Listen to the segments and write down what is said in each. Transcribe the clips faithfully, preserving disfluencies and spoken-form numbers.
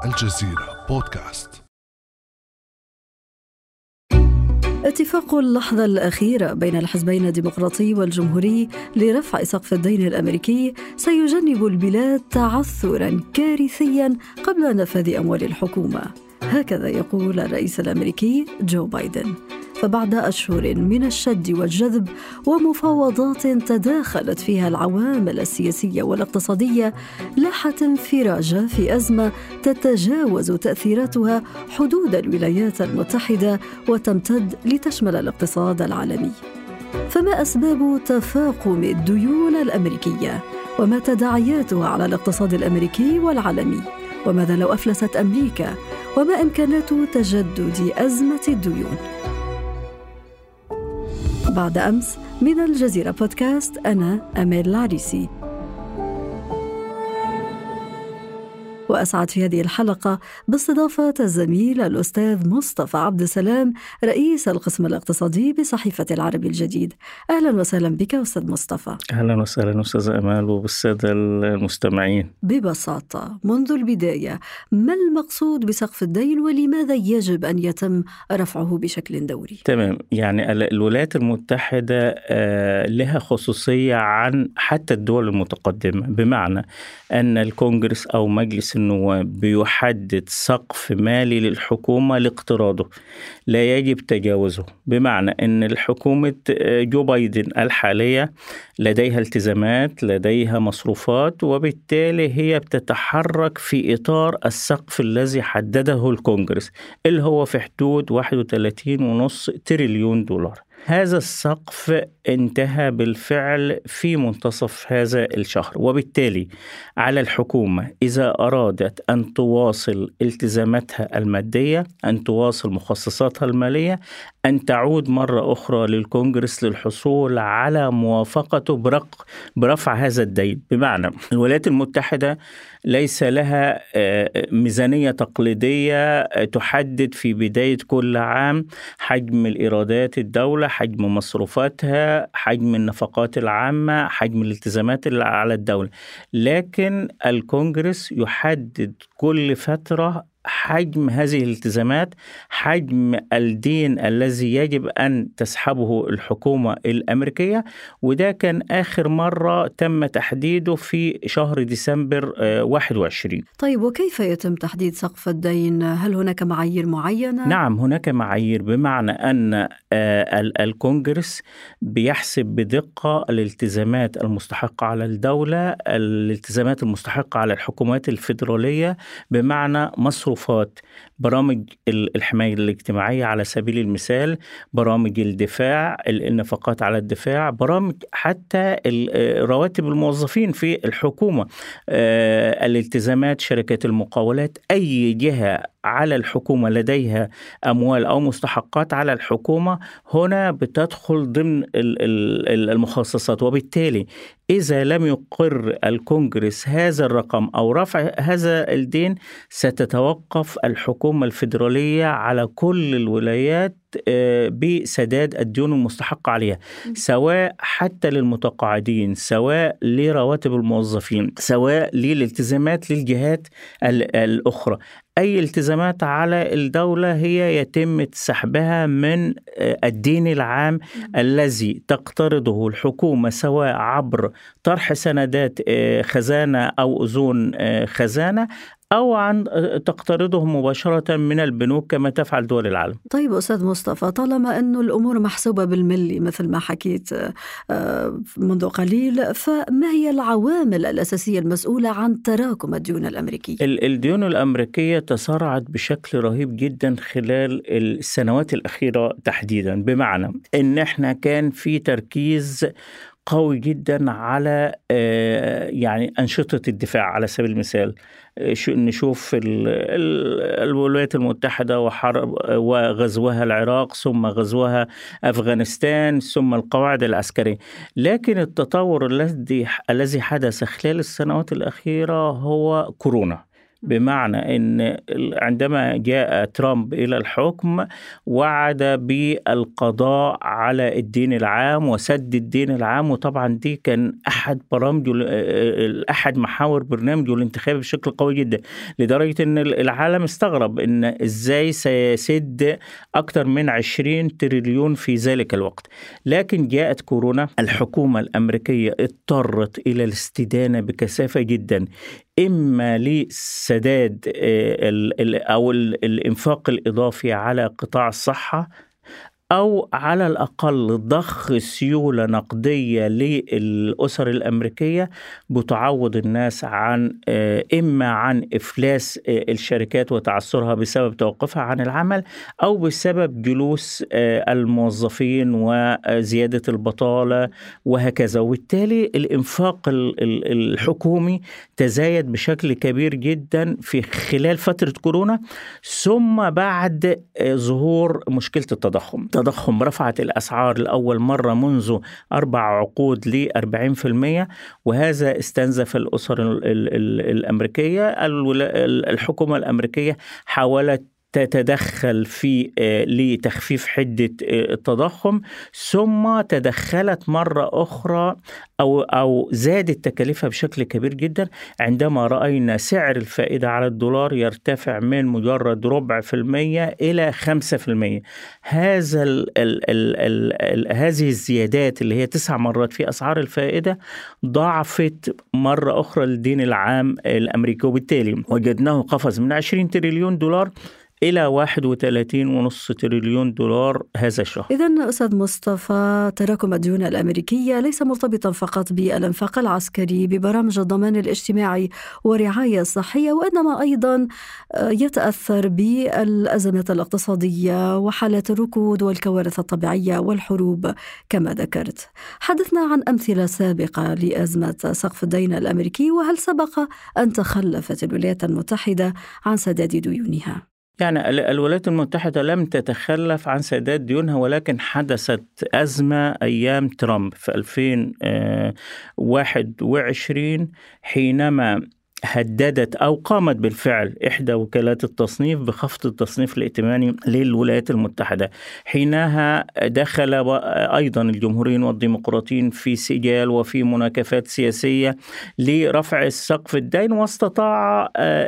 الجزيرة بودكاست. اتفاق اللحظة الأخيرة بين الحزبين الديمقراطي والجمهوري لرفع سقف الدين الأمريكي سيجنب البلاد تعثراً كارثياً قبل نفاذ أموال الحكومة، هكذا يقول الرئيس الأمريكي جو بايدن. فبعد أشهر من الشد والجذب ومفاوضات تداخلت فيها العوامل السياسية والاقتصادية، لاحت انفراجة في أزمة تتجاوز تأثيراتها حدود الولايات المتحدة وتمتد لتشمل الاقتصاد العالمي. فما أسباب تفاقم الديون الأمريكية؟ وما تداعياتها على الاقتصاد الأمريكي والعالمي؟ وماذا لو أفلست أمريكا؟ وما إمكانات تجدد أزمة الديون؟ بعد أمس من الجزيرة بودكاست، أنا أمير العريسي. وأسعد في هذه الحلقة باستضافة الزميل الأستاذ مصطفى عبد السلام، رئيس القسم الاقتصادي بصحيفة العربي الجديد. أهلا وسهلا بك أستاذ مصطفى. أهلا وسهلا أستاذ أمال وبالسادة المستمعين. ببساطة منذ البداية، ما المقصود بسقف الدين ولماذا يجب أن يتم رفعه بشكل دوري؟ تمام، يعني الولايات المتحدة لها خصوصية عن حتى الدول المتقدمة، بمعنى أن الكونغرس أو مجلس النواب بيحدد سقف مالي للحكومة لاقتراضه لا يجب تجاوزه، بمعنى أن الحكومة جو بايدن الحالية لديها التزامات، لديها مصروفات، وبالتالي هي بتتحرك في إطار السقف الذي حدده الكونغرس اللي هو في حدود واحد وثلاثين فاصلة خمسة تريليون دولار. هذا السقف انتهى بالفعل في منتصف هذا الشهر، وبالتالي على الحكومة إذا أرادت أن تواصل التزاماتها المادية، أن تواصل مخصصاتها المالية، أن تعود مرة أخرى للكونغرس للحصول على موافقته برق برفع هذا الدين. بمعنى الولايات المتحدة ليس لها ميزانية تقليدية تحدد في بداية كل عام حجم الإيرادات الدولة، حجم مصروفاتها، حجم النفقات العامة، حجم الالتزامات اللي على الدولة، لكن الكونغرس يحدد كل فترة حجم هذه الالتزامات، حجم الدين الذي يجب أن تسحبه الحكومة الأمريكية، وده كان آخر مرة تم تحديده في شهر ديسمبر واحد وعشرين. طيب، وكيف يتم تحديد سقف الدين؟ هل هناك معايير معينة؟ نعم، هناك معايير، بمعنى أن الكونغرس بيحسب بدقة الالتزامات المستحقة على الدولة، الالتزامات المستحقة على الحكومات الفيدرالية، بمعنى مصروفات برامج الحماية الاجتماعية على سبيل المثال، برامج الدفاع، النفقات على الدفاع، برامج حتى رواتب الموظفين في الحكومة، الالتزامات شركات المقاولات. أي جهة على الحكومة لديها أموال أو مستحقات على الحكومة هنا بتدخل ضمن المخصصات، وبالتالي إذا لم يقر الكونغرس هذا الرقم أو رفع هذا الدين ستتوقف الحكومة الفيدرالية على كل الولايات بسداد الديون المستحقة عليها، سواء حتى للمتقاعدين، سواء لرواتب الموظفين، سواء للالتزامات للجهات الأخرى. أي التزامات على الدولة هي يتم سحبها من الدين العام الذي تقترضه الحكومة، سواء عبر طرح سندات خزانة أو أذون خزانة، أو عن تقترضه مباشرة من البنوك كما تفعل دول العالم. طيب أستاذ مصطفى، طالما أنه الأمور محسوبة بالملي مثل ما حكيت منذ قليل، فما هي العوامل الأساسية المسؤولة عن تراكم الديون الأمريكية؟ الديون الأمريكية تسارعت بشكل رهيب جدا خلال السنوات الأخيرة تحديدا، بمعنى أن احنا كان في تركيز قوي جدا على يعني أنشطة الدفاع. على سبيل المثال نشوف الولايات المتحدة وحرب وغزوها العراق، ثم غزوها أفغانستان، ثم القواعد العسكرية. لكن التطور الذي الذي حدث خلال السنوات الأخيرة هو كورونا، بمعنى أن عندما جاء ترامب إلى الحكم وعد بالقضاء على الدين العام وسد الدين العام، وطبعا دي كان أحد برامجه أحد محاور برنامجه الانتخابي بشكل قوي جدا، لدرجة أن العالم استغرب أن إزاي سيسد أكثر من عشرين تريليون في ذلك الوقت. لكن جاءت كورونا، الحكومة الأمريكية اضطرت إلى الاستدانة بكثافة جدا، إما لسداد أو الإنفاق الإضافي على قطاع الصحة، أو على الأقل ضخ سيولة نقدية للأسر الأمريكية بتعوض الناس عن إما عن إفلاس الشركات وتعثرها بسبب توقفها عن العمل، أو بسبب جلوس الموظفين وزيادة البطالة وهكذا. وبالتالي الإنفاق الحكومي تزايد بشكل كبير جدا في خلال فترة كورونا، ثم بعد ظهور مشكلة التضخم. التضخم رفعت الأسعار لأول مرة منذ أربع عقود ل أربعين بالمئة، وهذا استنزف الأسر الأمريكية. الحكومة الأمريكية حاولت تتدخل في لتخفيف حدة التضخم، ثم تدخلت مرة أخرى أو أو زادت تكاليفها بشكل كبير جدا عندما رأينا سعر الفائدة على الدولار يرتفع من مجرد ربع في المية إلى خمسة في المية. هذا ال ال ال ال ال هذه الزيادات اللي هي تسع مرات في أسعار الفائدة ضاعفت مرة أخرى الدين العام الأمريكي، وبالتالي وجدناه قفز من عشرين تريليون دولار إلى واحد وثلاثين ونص تريليون دولار هذا الشهر. إذن أستاذ مصطفى، تراكم الديون الأمريكية ليس مرتبطا فقط بالإنفاق العسكري ببرامج الضمان الاجتماعي والرعاية الصحية، وإنما أيضا يتأثر بالأزمات الاقتصادية وحالات الركود والكوارث الطبيعية والحروب كما ذكرت. حدثنا عن أمثلة سابقة لأزمة سقف الدين الأمريكي، وهل سبق أن تخلفت الولايات المتحدة عن سداد ديونها؟ يعني الولايات المتحدة لم تتخلف عن سداد ديونها، ولكن حدثت أزمة أيام ترامب في ألفين وواحد وعشرين حينما هددت أو قامت بالفعل إحدى وكالات التصنيف بخفض التصنيف الائتماني للولايات المتحدة. حينها دخل أيضا الجمهوريين والديمقراطيين في سجال وفي مناكفات سياسية لرفع سقف الدين، واستطاع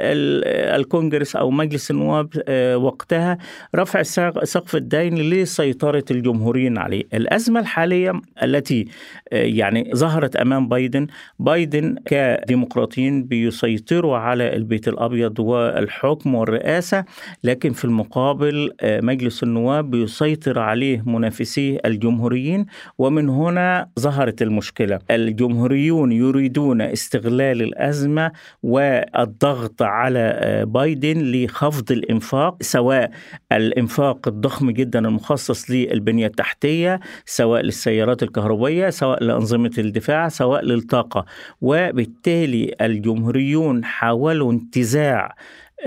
الكونغرس أو مجلس النواب وقتها رفع سقف الدين لسيطرة الجمهوريين عليه. الأزمة الحالية التي يعني ظهرت أمام بايدن بايدن كديمقراطيين بيصير يسيطروا على البيت الأبيض والحكم والرئاسة، لكن في المقابل مجلس النواب بيسيطر عليه منافسيه الجمهوريين، ومن هنا ظهرت المشكلة. الجمهوريون يريدون استغلال الأزمة والضغط على بايدن لخفض الإنفاق، سواء الإنفاق الضخم جدا المخصص للبنية التحتية، سواء للسيارات الكهربائية، سواء لأنظمة الدفاع، سواء للطاقة. وبالتالي الجمهوريون حاولوا انتزاع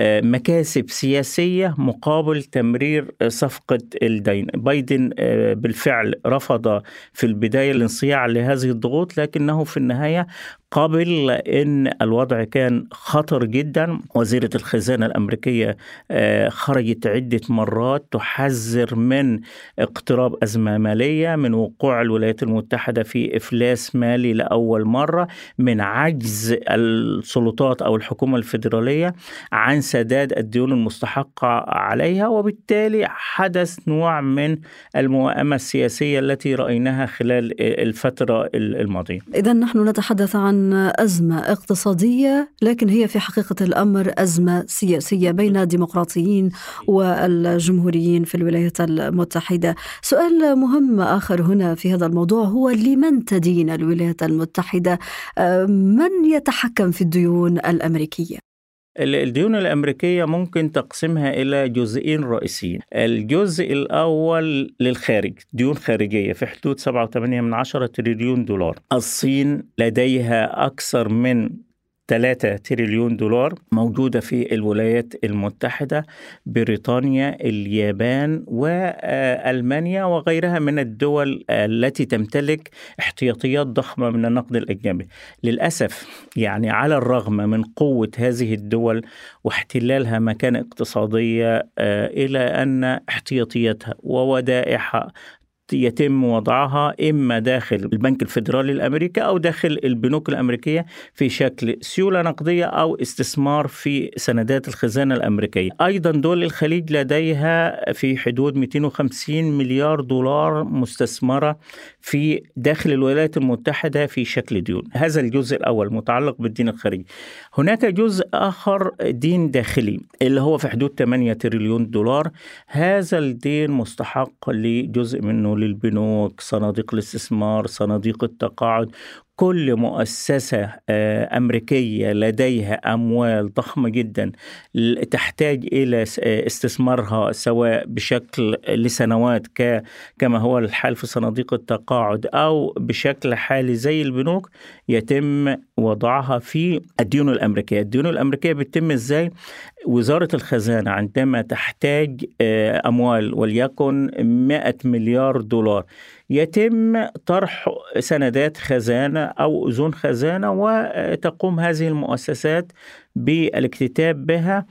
مكاسب سياسية مقابل تمرير صفقة الدين. بايدن بالفعل رفض في البداية الانصياع لهذه الضغوط، لكنه في النهاية قبل أن الوضع كان خطر جدا. وزيرة الخزانة الأمريكية خرجت عدة مرات تحذر من اقتراب أزمة مالية، من وقوع الولايات المتحدة في إفلاس مالي لأول مرة، من عجز السلطات أو الحكومة الفيدرالية عن سداد الديون المستحقة عليها، وبالتالي حدث نوع من الموائمة السياسية التي رأيناها خلال الفترة الماضية. إذن نحن نتحدث عن أزمة اقتصادية، لكن هي في حقيقة الأمر أزمة سياسية بين الديمقراطيين والجمهوريين في الولايات المتحدة. سؤال مهم آخر هنا في هذا الموضوع هو لمن تدين الولايات المتحدة؟ من يتحكم في الديون الأمريكية؟ الديون الأمريكية ممكن تقسمها إلى جزئين رئيسيين. الجزء الأول للخارج، ديون خارجية في حدود سبعة وثمانية من عشرة تريليون دولار. الصين لديها أكثر من ثلاثة تريليون دولار موجودة في الولايات المتحدة، بريطانيا، اليابان وألمانيا وغيرها من الدول التي تمتلك احتياطيات ضخمة من النقد الأجنبي. للأسف يعني على الرغم من قوة هذه الدول واحتلالها مكانة اقتصادية إلى أن احتياطياتها وودائعها يتم وضعها إما داخل البنك الفيدرالي الأمريكي أو داخل البنوك الأمريكية في شكل سيولة نقدية أو استثمار في سندات الخزانة الأمريكية. أيضا دول الخليج لديها في حدود مئتين وخمسين مليار دولار مستثمرة في داخل الولايات المتحدة في شكل ديون. هذا الجزء الأول متعلق بالدين الخارجي. هناك جزء آخر دين داخلي اللي هو في حدود ثمانية تريليون دولار. هذا الدين مستحق لجزء منه للبنوك، صناديق الاستثمار، صناديق التقاعد. كل مؤسسة أمريكية لديها أموال ضخمة جدا تحتاج إلى استثمارها سواء بشكل لسنوات كما هو الحال في صناديق التقاعد أو بشكل حالي زي البنوك، يتم وضعها في الديون الأمريكية. الديون الأمريكية بتتم إزاي؟ وزارة الخزانة عندما تحتاج أموال وليكن مئة مليار دولار، يتم طرح سندات خزانة أو أذون خزانة، وتقوم هذه المؤسسات بالاكتتاب بها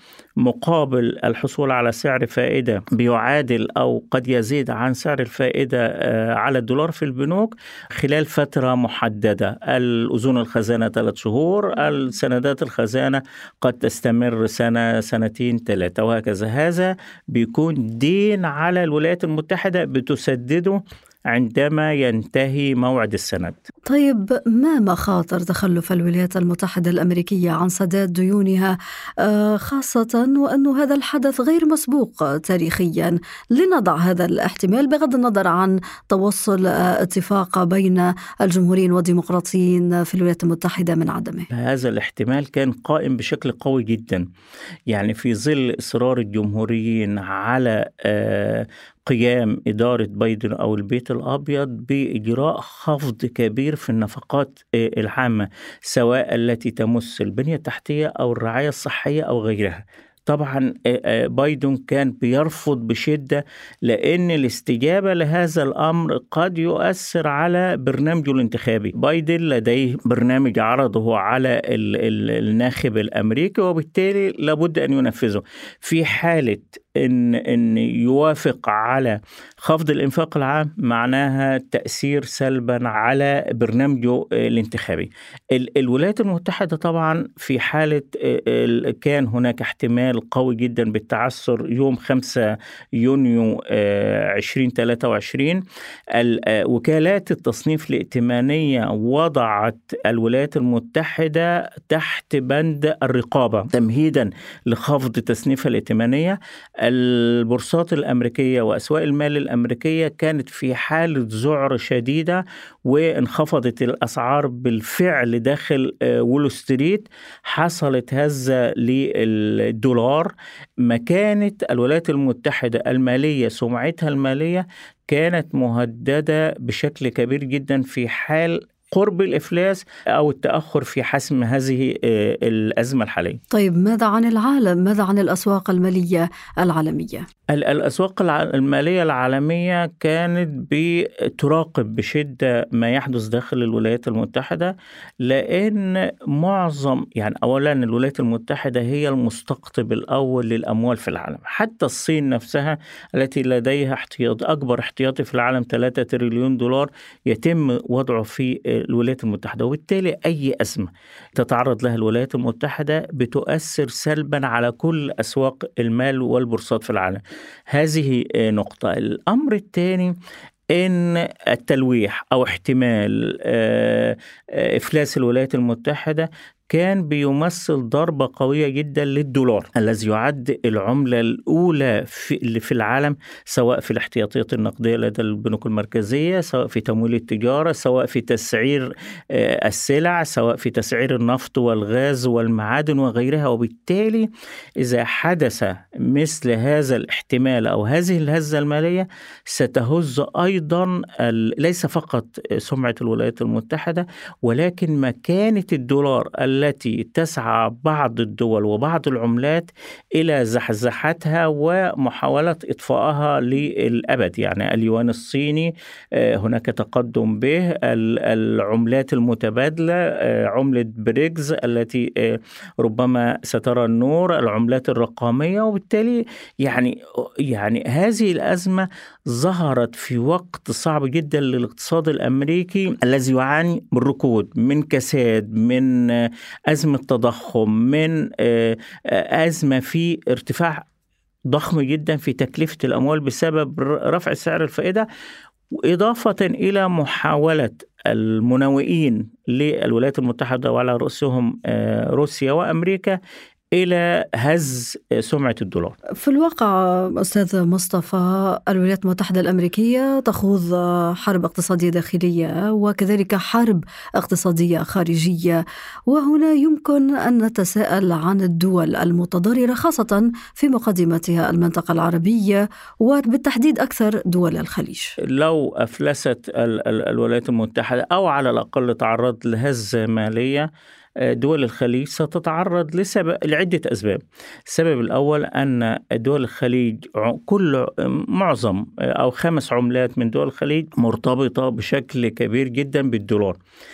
مقابل الحصول على سعر فائدة بيعادل أو قد يزيد عن سعر الفائدة على الدولار في البنوك خلال فترة محددة. الأذون الخزانة ثلاث شهور، السندات الخزانة قد تستمر سنة، سنتين، ثلاثة، وهكذا. هذا بيكون دين على الولايات المتحدة بتسدده عندما ينتهي موعد السند. طيب ما مخاطر تخلف الولايات المتحدة الأمريكية عن سداد ديونها، خاصة وأن هذا الحدث غير مسبوق تاريخيا؟ لنضع هذا الاحتمال بغض النظر عن توصل اتفاق بين الجمهوريين والديمقراطيين في الولايات المتحدة من عدمه. هذا الاحتمال كان قائم بشكل قوي جدا، يعني في ظل إصرار الجمهوريين على آه قيام إدارة بايدن أو البيت الأبيض بإجراء خفض كبير في النفقات العامة، سواء التي تمس البنية التحتية أو الرعاية الصحية أو غيرها. طبعا بايدن كان بيرفض بشدة، لأن الاستجابة لهذا الأمر قد يؤثر على برنامجه الانتخابي. بايدن لديه برنامج عرضه على الناخب الأمريكي، وبالتالي لابد أن ينفذه. في حالة إن إن يوافق على خفض الإنفاق العام، معناها تأثير سلبا على برنامجه الانتخابي. الولايات المتحدة طبعا في حالة كان هناك احتمال قوي جدا بالتعثر يوم خمسة يونيو عشرين ثلاثة وعشرين، وكالات التصنيف الائتمانية وضعت الولايات المتحدة تحت بند الرقابة تمهيدا لخفض تصنيفها الائتمانية. البورصات الأمريكية وأسواق المال الأمريكية كانت في حالة ذعر شديدة، وانخفضت الأسعار بالفعل داخل وول ستريت. حصلت هزة للدولار. مكانة الولايات المتحدة المالية، سمعتها المالية كانت مهددة بشكل كبير جدا في حال قرب الإفلاس أو التأخر في حسم هذه الأزمة الحالية. طيب ماذا عن العالم؟ ماذا عن الأسواق المالية العالمية؟ الأسواق المالية العالمية كانت بتراقب بشدة ما يحدث داخل الولايات المتحدة، لأن معظم يعني أولا الولايات المتحدة هي المستقطب الأول للأموال في العالم. حتى الصين نفسها التي لديها احتياط أكبر احتياطي في العالم ثلاثة تريليون دولار يتم وضعه في الولايات المتحدة، وبالتالي أي أزمة تتعرض لها الولايات المتحدة بتؤثر سلبا على كل أسواق المال والبورصات في العالم. هذه نقطة. الأمر الثاني إن التلويح أو احتمال إفلاس الولايات المتحدة كان بيمثل ضربة قوية جدا للدولار الذي يعد العملة الأولى في, في العالم، سواء في الاحتياطيات النقدية لدى البنوك المركزية، سواء في تمويل التجارة، سواء في تسعير السلع، سواء في تسعير النفط والغاز والمعادن وغيرها. وبالتالي إذا حدث مثل هذا الاحتمال أو هذه الهزة المالية ستهز أيضا ليس فقط سمعة الولايات المتحدة، ولكن مكانة الدولار التي تسعى بعض الدول وبعض العملات إلى زحزحتها ومحاولة إطفائها للأبد. يعني اليوان الصيني هناك تقدم به، العملات المتبادلة، عملة بريكس التي ربما سترى النور، العملات الرقمية. وبالتالي يعني يعني هذه الأزمة ظهرت في وقت صعب جدا للاقتصاد الأمريكي الذي يعاني من ركود، من كساد، من أزمة تضخم، من أزمة في ارتفاع ضخم جدا في تكلفة الأموال بسبب رفع سعر الفائدة، إضافة إلى محاولة المناوئين للولايات المتحدة وعلى رأسهم روسيا وأمريكا إلى هز سمعة الدولار. في الواقع أستاذ مصطفى، الولايات المتحدة الأمريكية تخوض حرب اقتصادية داخلية وكذلك حرب اقتصادية خارجية، وهنا يمكن أن نتساءل عن الدول المتضررة خاصة في مقدمتها المنطقة العربية وبالتحديد أكثر دول الخليج. لو أفلست الولايات المتحدة أو على الأقل تعرض لهزة مالية، دول الخليج ستتعرض لسبب لعدة أسباب. السبب الأول أن دول الخليج كل معظم أو خمس عملات من دول الخليج مرتبطة بشكل كبير جدا بالدولار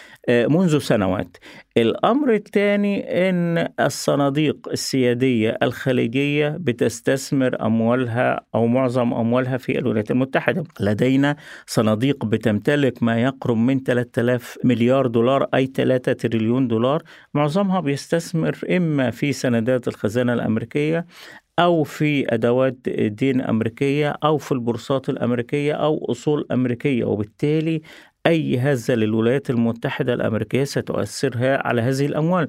منذ سنوات. الأمر الثاني أن الصناديق السيادية الخليجية بتستثمر أموالها أو معظم أموالها في الولايات المتحدة. لدينا صناديق بتمتلك ما يقرب من ثلاثة آلاف مليار دولار، أي ثلاثة تريليون دولار، معظمها بيستثمر إما في سندات الخزانة الأمريكية أو في أدوات دين أمريكية أو في البورصات الأمريكية أو أصول أمريكية. وبالتالي أي هزة للولايات المتحدة الأمريكية ستؤثرها على هذه الأموال.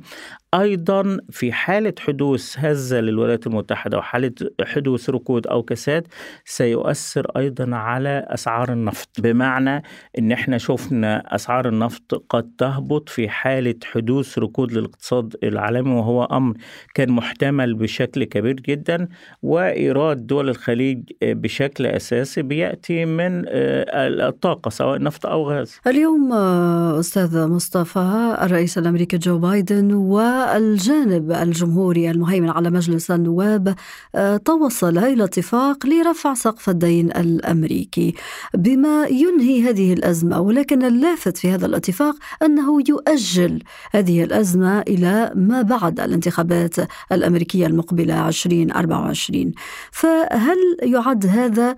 أيضا في حالة حدوث هزة للولايات المتحدة وحالة حدوث ركود أو كساد سيؤثر أيضا على أسعار النفط، بمعنى أن احنا شفنا أسعار النفط قد تهبط في حالة حدوث ركود للاقتصاد العالمي، وهو أمر كان محتمل بشكل كبير جدا. وإيراد دول الخليج بشكل أساسي بيأتي من الطاقة سواء نفط أو غاز. اليوم أستاذ مصطفى، الرئيس الأمريكي جو بايدن والجانب الجمهوري المهيمن على مجلس النواب توصل إلى اتفاق لرفع سقف الدين الأمريكي بما ينهي هذه الأزمة، ولكن اللافت في هذا الاتفاق أنه يؤجل هذه الأزمة إلى ما بعد الانتخابات الأمريكية المقبلة ألفين وأربعة وعشرين. فهل يعد هذا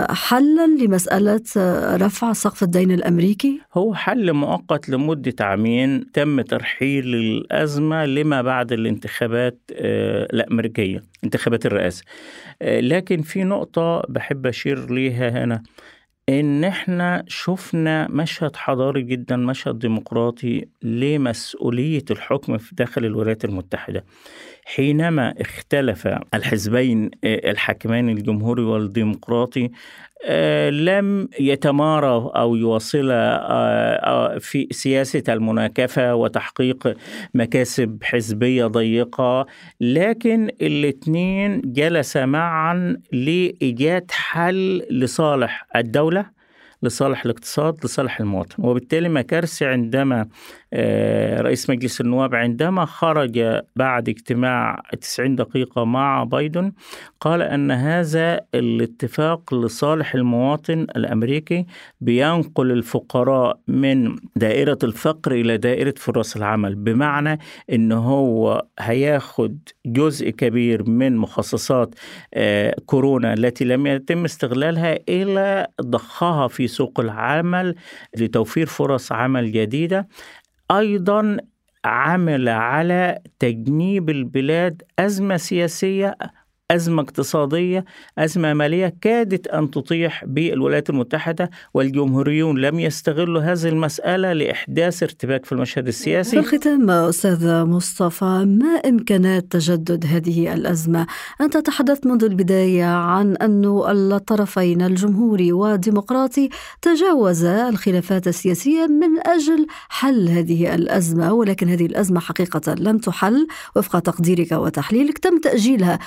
حلا لمسألة رفع سقف الدين الأمريكي؟ هو حل مؤقت لمدة عامين تم ترحيل الأزمة لما بعد الانتخابات الأمريكية، انتخابات الرئاسة. لكن في نقطة بحب أشير ليها هنا، إن إحنا شفنا مشهد حضاري جدا، مشهد ديمقراطي لمسؤولية الحكم في داخل الولايات المتحدة. حينما اختلف الحزبين الحاكمان الجمهوري والديمقراطي لم يتمارى أو يواصل في سياسة المناكفة وتحقيق مكاسب حزبية ضيقة، لكن الاثنين جلس معا لإيجاد حل لصالح الدولة، لصالح الاقتصاد، لصالح المواطن. وبالتالي مكارسي عندما رئيس مجلس النواب عندما خرج بعد اجتماع تسعين دقيقة مع بايدن قال أن هذا الاتفاق لصالح المواطن الأمريكي، بينقل الفقراء من دائرة الفقر إلى دائرة فرص العمل، بمعنى أنه هو هياخد جزء كبير من مخصصات كورونا التي لم يتم استغلالها إلى ضخها في سوق العمل لتوفير فرص عمل جديدة. أيضا عمل على تجنيب البلاد أزمة سياسية، أزمة اقتصادية، أزمة مالية كادت أن تطيح بالولايات المتحدة، والجمهوريون لم يستغلوا هذه المسألة لإحداث ارتباك في المشهد السياسي. في الختام أستاذ مصطفى، ما إمكانات تجدد هذه الأزمة؟ أنت تحدثت منذ البداية عن أن الطرفين الجمهوري والديمقراطي تجاوزا الخلافات السياسية من أجل حل هذه الأزمة، ولكن هذه الأزمة حقيقة لم تحل وفق تقديرك وتحليلك، تم تأجيلها إلى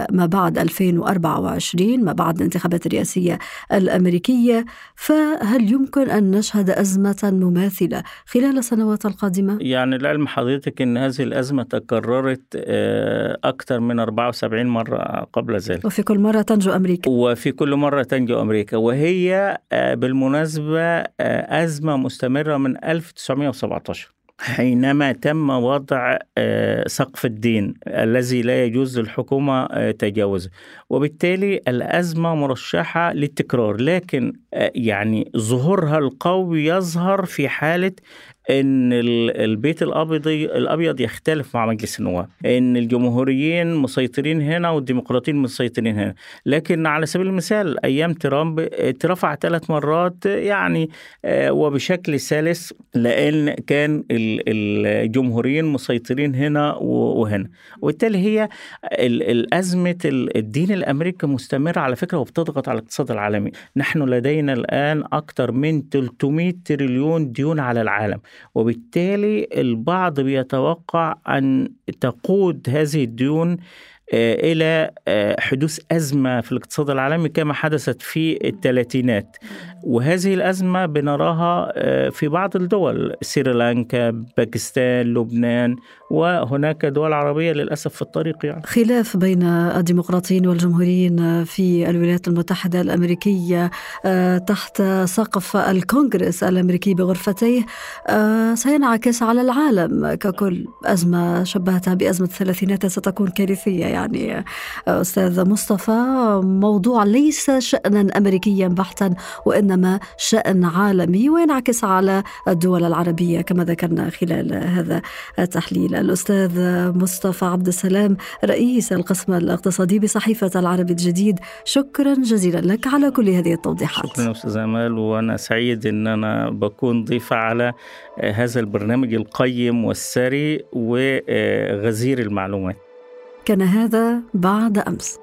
إلى ما بعد ألفين وأربعة وعشرين، ما بعد الانتخابات الرئاسية الأمريكية، فهل يمكن أن نشهد أزمة مماثلة خلال السنوات القادمة؟ يعني لعلم حضرتك أن هذه الأزمة تكررت أكثر من أربعة وسبعين مرة قبل ذلك، وفي كل مرة تنجو أمريكا وفي كل مرة تنجو أمريكا. وهي بالمناسبة أزمة مستمرة من ألف وتسعمائة وسبعة عشر حينما تم وضع سقف الدين الذي لا يجوز للحكومة تجاوزه، وبالتالي الأزمة مرشحة للتكرار. لكن يعني ظهورها القوي يظهر في حالة إن البيت الأبيض الأبيض يختلف مع مجلس النواب، إن الجمهوريين مسيطرين هنا والديمقراطيين مسيطرين هنا. لكن على سبيل المثال أيام ترامب اترفع ثلاث مرات يعني وبشكل سلس، لأن كان الجمهوريين مسيطرين هنا وهنا. وبالتالي هي الأزمة الدين الأمريكي مستمرة على فكرة، وبتضغط على الاقتصاد العالمي. نحن لدينا الآن أكثر من ثلاثمائة تريليون ديون على العالم، وبالتالي البعض بيتوقع أن تقود هذه الديون إلى حدوث أزمة في الاقتصاد العالمي كما حدثت في الثلاثينات. وهذه الأزمة بنراها في بعض الدول، سريلانكا، باكستان، لبنان، وهناك دول عربية للأسف في الطريق. يعني خلاف بين الديمقراطيين والجمهوريين في الولايات المتحدة الأمريكية تحت سقف الكونغرس الأمريكي بغرفتيه سينعكس على العالم ككل. أزمة شبهتها بأزمة الثلاثينات ستكون كارثية. يعني أستاذ مصطفى، موضوع ليس شأنا أمريكيا بحتا وإنما شأن عالمي وينعكس على الدول العربية كما ذكرنا خلال هذا التحليل. الأستاذ مصطفى عبد السلام رئيس القسم الاقتصادي بصحيفة العربي الجديد، شكرا جزيلا لك على كل هذه التوضيحات. شكرا أستاذ أمال، وأنا سعيد أن أنا بكون ضيفة على هذا البرنامج القيم والثري وغزير المعلومات. كان هذا بعد أمس.